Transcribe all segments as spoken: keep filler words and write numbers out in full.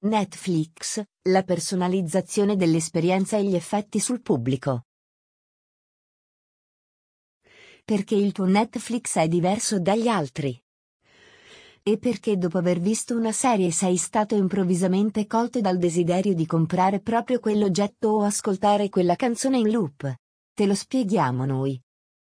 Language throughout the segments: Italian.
Netflix, la personalizzazione dell'esperienza e gli effetti sul pubblico. Perché il tuo Netflix è diverso dagli altri? E perché dopo aver visto una serie sei stato improvvisamente colto dal desiderio di comprare proprio quell'oggetto o ascoltare quella canzone in loop? Te lo spieghiamo noi.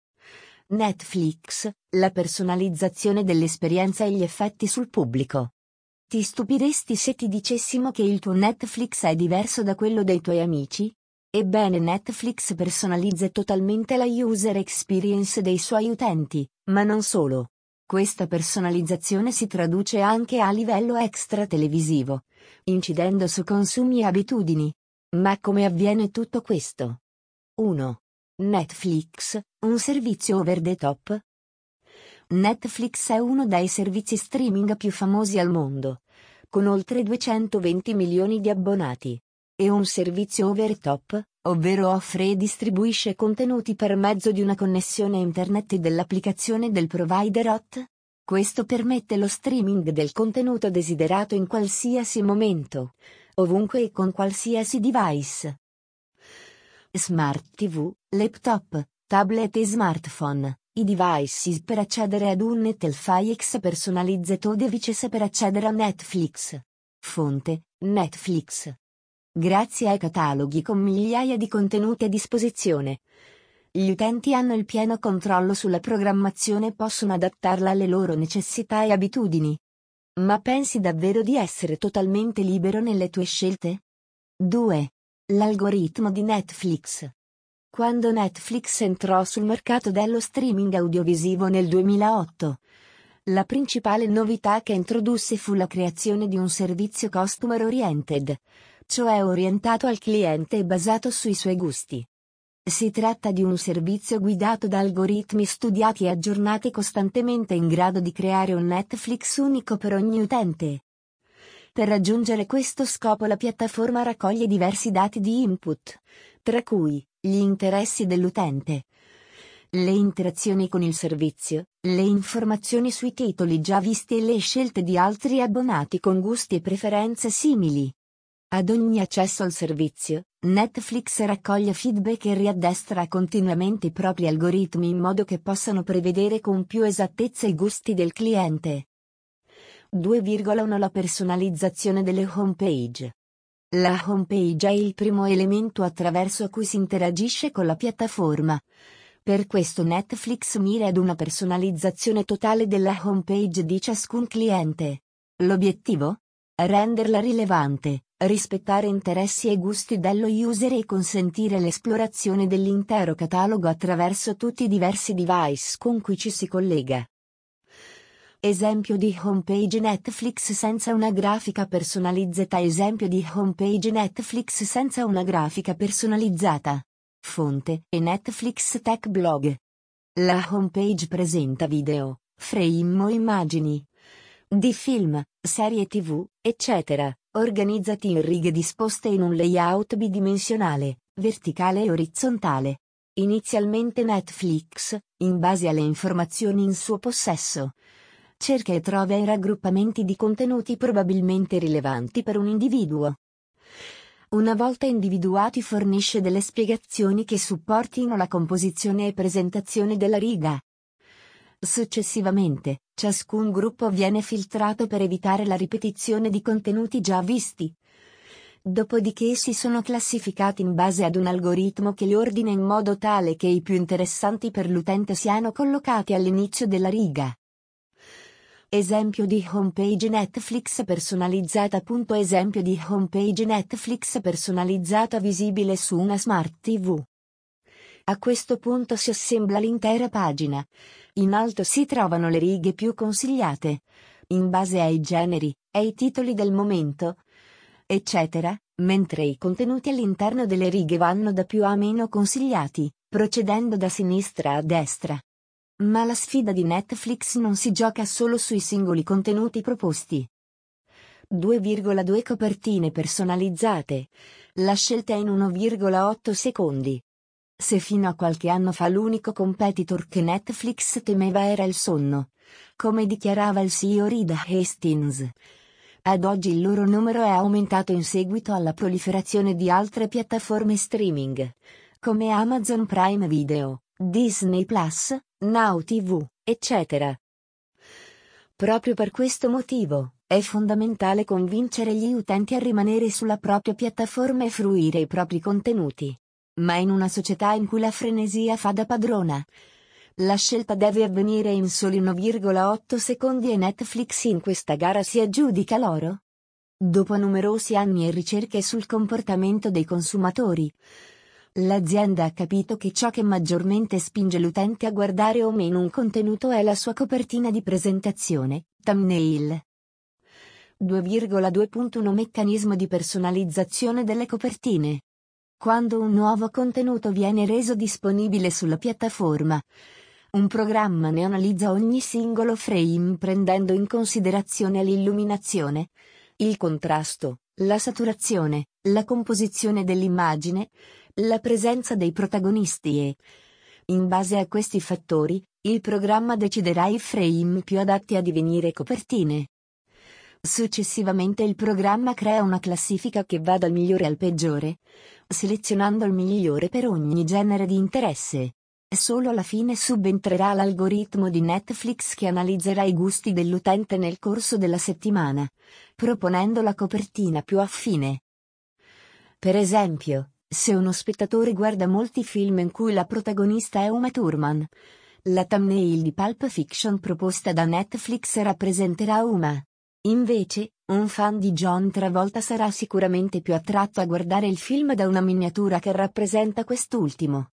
Netflix, la personalizzazione dell'esperienza e gli effetti sul pubblico. Ti stupiresti se ti dicessimo che il tuo Netflix è diverso da quello dei tuoi amici? Ebbene, Netflix personalizza totalmente la user experience dei suoi utenti, ma non solo. Questa personalizzazione si traduce anche a livello extra televisivo, incidendo su consumi e abitudini. Ma come avviene tutto questo? uno. Netflix, un servizio over the top? Netflix è uno dei servizi streaming più famosi al mondo, con oltre duecentoventi milioni di abbonati. È un servizio over the top, ovvero offre e distribuisce contenuti per mezzo di una connessione internet e dell'applicazione del provider O T T. Questo permette lo streaming del contenuto desiderato in qualsiasi momento, ovunque e con qualsiasi device. Smart T V, laptop, tablet e smartphone, i devices per accedere ad un Netflix personalizzato devices per accedere a Netflix. Fonte, Netflix. Grazie ai cataloghi con migliaia di contenuti a disposizione, gli utenti hanno il pieno controllo sulla programmazione e possono adattarla alle loro necessità e abitudini. Ma pensi davvero di essere totalmente libero nelle tue scelte? due. L'algoritmo di Netflix. Quando Netflix entrò sul mercato dello streaming audiovisivo nel duemilaotto, la principale novità che introdusse fu la creazione di un servizio customer oriented, cioè orientato al cliente e basato sui suoi gusti. Si tratta di un servizio guidato da algoritmi studiati e aggiornati costantemente in grado di creare un Netflix unico per ogni utente. Per raggiungere questo scopo la piattaforma raccoglie diversi dati di input, tra cui gli interessi dell'utente, le interazioni con il servizio, le informazioni sui titoli già visti e le scelte di altri abbonati con gusti e preferenze simili. Ad ogni accesso al servizio, Netflix raccoglie feedback e riaddestra continuamente i propri algoritmi in modo che possano prevedere con più esattezza i gusti del cliente. due virgola uno La personalizzazione delle homepage. La homepage è il primo elemento attraverso cui si interagisce con la piattaforma. Per questo Netflix mira ad una personalizzazione totale della homepage di ciascun cliente. L'obiettivo? Renderla rilevante, rispettare interessi e gusti dello user e consentire l'esplorazione dell'intero catalogo attraverso tutti i diversi device con cui ci si collega. Esempio di homepage Netflix senza una grafica personalizzata. Esempio di homepage Netflix senza una grafica personalizzata. Fonte e Netflix Tech Blog. La homepage presenta video, frame o immagini di film, serie tivù, eccetera, organizzati in righe disposte in un layout bidimensionale, verticale e orizzontale. Inizialmente Netflix, in base alle informazioni in suo possesso, cerca e trova i raggruppamenti di contenuti probabilmente rilevanti per un individuo. Una volta individuati fornisce delle spiegazioni che supportino la composizione e presentazione della riga. Successivamente, ciascun gruppo viene filtrato per evitare la ripetizione di contenuti già visti. Dopodiché essi sono classificati in base ad un algoritmo che li ordina in modo tale che i più interessanti per l'utente siano collocati all'inizio della riga. Esempio di homepage Netflix personalizzata. Esempio di homepage Netflix personalizzata visibile su una Smart tivù. A questo punto si assembla l'intera pagina. In alto si trovano le righe più consigliate, in base ai generi, ai titoli del momento, eccetera, mentre i contenuti all'interno delle righe vanno da più a meno consigliati, procedendo da sinistra a destra. Ma la sfida di Netflix non si gioca solo sui singoli contenuti proposti. due virgola due Copertine personalizzate. La scelta è in uno virgola otto secondi. Se fino a qualche anno fa l'unico competitor che Netflix temeva era il sonno, come dichiarava il C E O Reed Hastings, Ad oggi il loro numero è aumentato in seguito alla proliferazione di altre piattaforme streaming, come Amazon Prime Video, Disney Plus, Now T V, eccetera. Proprio per questo motivo, è fondamentale convincere gli utenti a rimanere sulla propria piattaforma e fruire i propri contenuti. Ma in una società in cui la frenesia fa da padrona, la scelta deve avvenire in soli uno virgola otto secondi e Netflix in questa gara si aggiudica l'oro. Dopo numerosi anni e ricerche sul comportamento dei consumatori, l'azienda ha capito che ciò che maggiormente spinge l'utente a guardare o meno un contenuto è la sua copertina di presentazione, thumbnail. due virgola due punto uno Meccanismo di personalizzazione delle copertine. Quando un nuovo contenuto viene reso disponibile sulla piattaforma, un programma ne analizza ogni singolo frame prendendo in considerazione l'illuminazione, il contrasto, la saturazione, la composizione dell'immagine, la presenza dei protagonisti e, in base a questi fattori, il programma deciderà i frame più adatti a divenire copertine. Successivamente il programma crea una classifica che va dal migliore al peggiore, selezionando il migliore per ogni genere di interesse. Solo alla fine subentrerà l'algoritmo di Netflix che analizzerà i gusti dell'utente nel corso della settimana, proponendo la copertina più affine. Per esempio, se uno spettatore guarda molti film in cui la protagonista è Uma Thurman, la thumbnail di Pulp Fiction proposta da Netflix rappresenterà Uma. Invece, un fan di John Travolta sarà sicuramente più attratto a guardare il film da una miniatura che rappresenta quest'ultimo.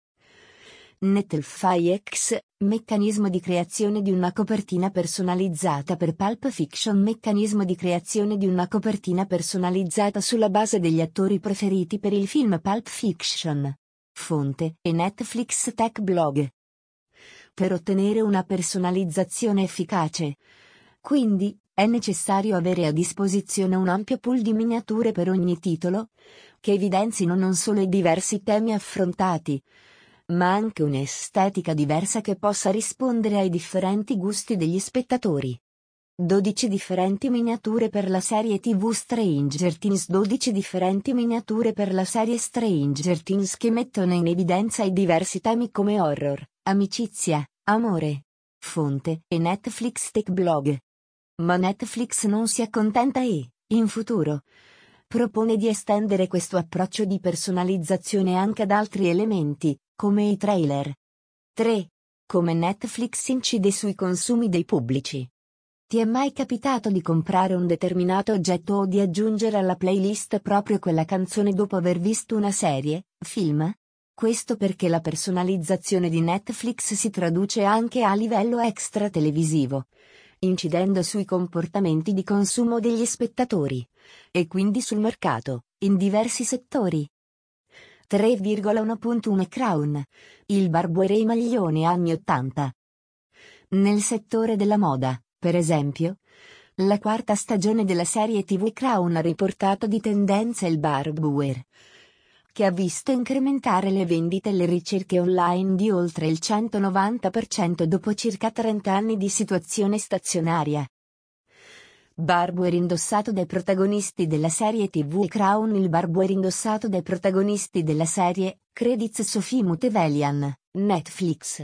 Netflix, meccanismo di creazione di una copertina personalizzata per Pulp Fiction. Meccanismo di creazione di una copertina personalizzata sulla base degli attori preferiti per il film Pulp Fiction. Fonte: e Netflix Tech Blog. Per ottenere una personalizzazione efficace, quindi, è necessario avere a disposizione un ampio pool di miniature per ogni titolo, che evidenzino non solo i diversi temi affrontati, ma anche un'estetica diversa che possa rispondere ai differenti gusti degli spettatori. dodici differenti miniature per la serie tivù Stranger Things. dodici differenti miniature per la serie Stranger Things che mettono in evidenza i diversi temi come horror, amicizia, amore. Fonte: e Netflix Tech Blog. Ma Netflix non si accontenta e, in futuro, propone di estendere questo approccio di personalizzazione anche ad altri elementi, come i trailer. tre. Come Netflix incide sui consumi dei pubblici. Ti è mai capitato di comprare un determinato oggetto o di aggiungere alla playlist proprio quella canzone dopo aver visto una serie, film? Questo perché la personalizzazione di Netflix si traduce anche a livello extra televisivo, incidendo sui comportamenti di consumo degli spettatori, e quindi sul mercato, in diversi settori. tre virgola uno punto uno Crown, il Barbuere maglione anni ottanta. Nel settore della moda, per esempio, la quarta stagione della serie tivù Crown ha riportato di tendenza il Barbuwear, che ha visto incrementare le vendite e le ricerche online di oltre il centonovanta per cento dopo circa trenta anni di situazione stazionaria. Barbuwear indossato dai protagonisti della serie tivù Crown. Il Barbuwear indossato dai protagonisti della serie, Credits Sophie Mutevelian, Netflix.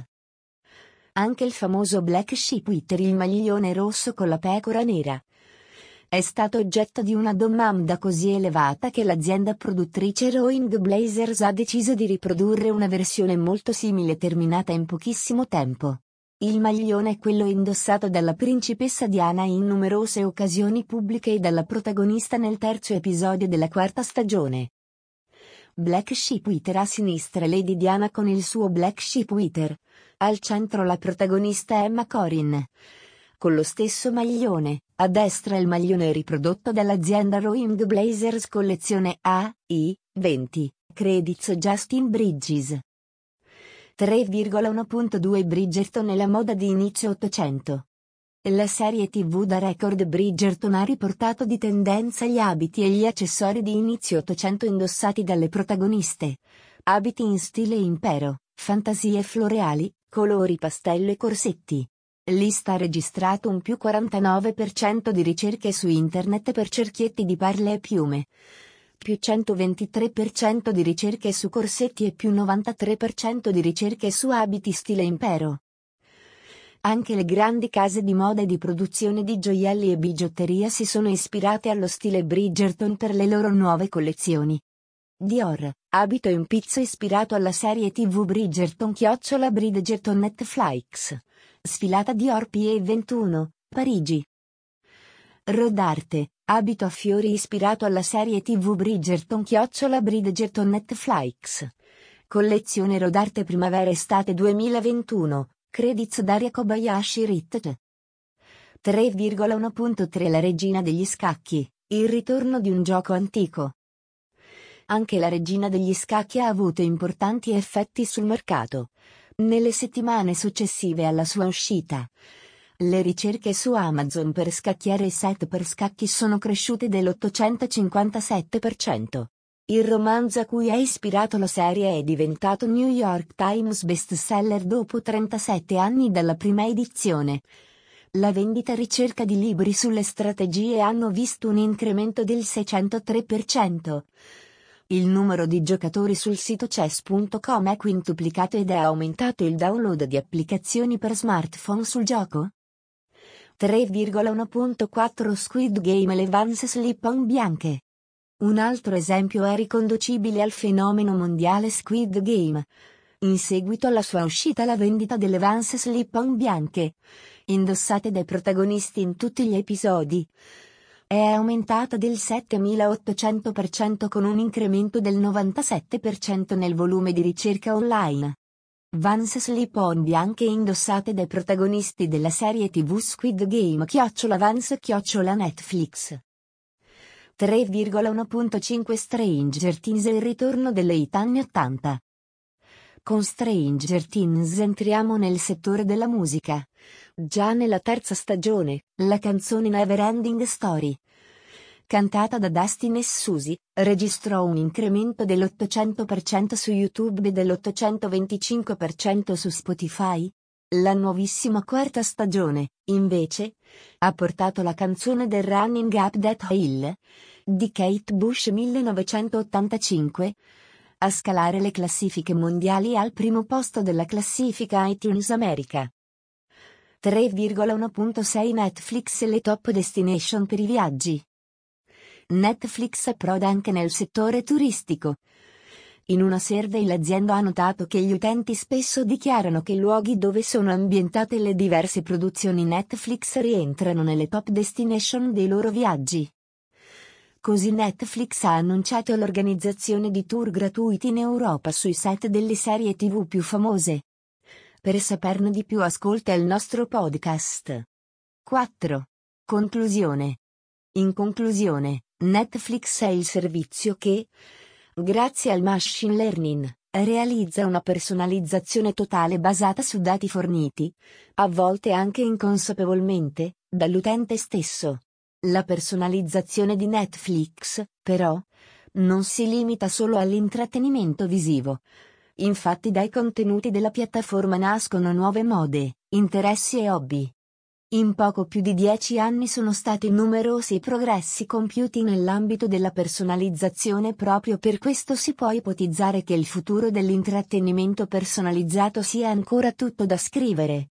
Anche il famoso Black Sheep, il maglione rosso con la pecora nera, è stato oggetto di una domanda così elevata che l'azienda produttrice Rowing Blazers ha deciso di riprodurre una versione molto simile terminata in pochissimo tempo. Il maglione è quello indossato dalla principessa Diana in numerose occasioni pubbliche e dalla protagonista nel terzo episodio della quarta stagione. Black Sheep a sinistra Lady Diana con il suo Black Sheep, al centro la protagonista Emma Corrin, con lo stesso maglione, a destra il maglione riprodotto dall'azienda Rowing Blazers collezione A I venti, Credits Justin Bridges. tre virgola uno punto due Bridgerton e la moda di inizio Ottocento. La serie tivù da record Bridgerton ha riportato di tendenza gli abiti e gli accessori di inizio Ottocento indossati dalle protagoniste. Abiti in stile impero, fantasie floreali, colori pastello e corsetti. Lista ha registrato un più quarantanove per cento di ricerche su internet per cerchietti di perle e piume, più centoventitré per cento di ricerche su corsetti e più novantatré per cento di ricerche su abiti stile impero. Anche le grandi case di moda e di produzione di gioielli e bigiotteria si sono ispirate allo stile Bridgerton per le loro nuove collezioni. Dior, abito in pizzo ispirato alla serie tivù Bridgerton chiocciola Bridgerton Netflix. Sfilata Dior P E ventuno, Parigi. Rodarte, abito a fiori ispirato alla serie tivù Bridgerton chiocciola Bridgerton Netflix. Collezione Rodarte primavera-estate duemilaventuno, credits Daria Kobayashi Rit. tre virgola uno punto tre La regina degli scacchi, il ritorno di un gioco antico. Anche la regina degli scacchi ha avuto importanti effetti sul mercato. Nelle settimane successive alla sua uscita, le ricerche su Amazon per scacchiere e set per scacchi sono cresciute dell'ottocentocinquantasette per cento. Il romanzo a cui è ispirato la serie è diventato New York Times bestseller dopo trentasette anni dalla prima edizione. La vendita e ricerca di libri sulle strategie hanno visto un incremento del seicentotré per cento. Il numero di giocatori sul sito chess punto com è quintuplicato ed è aumentato il download di applicazioni per smartphone sul gioco. tre virgola uno punto quattro Squid Game Le Vans Slip-on bianche. Un altro esempio è riconducibile al fenomeno mondiale Squid Game. In seguito alla sua uscita la vendita delle Vans Slip-on bianche, indossate dai protagonisti in tutti gli episodi, è aumentata del settemilaottocento per cento con un incremento del novantasette per cento nel volume di ricerca online. Vans slip-on bianche indossate dai protagonisti della serie tivù Squid Game chiocciola Vans chiocciola Netflix. tre virgola uno punto cinque Stranger Things e il ritorno delle hit anni ottanta. Con Stranger Things entriamo nel settore della musica. Già nella terza stagione, la canzone Neverending Story, cantata da Dustin e Suzy, registrò un incremento dell'ottocento per cento su YouTube e dell'ottocentoventicinque per cento su Spotify. La nuovissima quarta stagione, invece, ha portato la canzone del Running Up That Hill, di Kate Bush millenovecentottantacinque, a scalare le classifiche mondiali al primo posto della classifica iTunes America. tre virgola uno punto sei Netflix e le top destination per i viaggi. Netflix approda anche nel settore turistico. In una survey l'azienda ha notato che gli utenti spesso dichiarano che i luoghi dove sono ambientate le diverse produzioni Netflix rientrano nelle top destination dei loro viaggi. Così Netflix ha annunciato l'organizzazione di tour gratuiti in Europa sui set delle serie tivù più famose. Per saperne di più ascolta il nostro podcast. quattro. Conclusione. In conclusione, Netflix è il servizio che, grazie al machine learning, realizza una personalizzazione totale basata su dati forniti, a volte anche inconsapevolmente, dall'utente stesso. La personalizzazione di Netflix, però, non si limita solo all'intrattenimento visivo. Infatti dai contenuti della piattaforma nascono nuove mode, interessi e hobby. In poco più di dieci anni sono stati numerosi i progressi compiuti nell'ambito della personalizzazione, proprio per questo si può ipotizzare che il futuro dell'intrattenimento personalizzato sia ancora tutto da scrivere.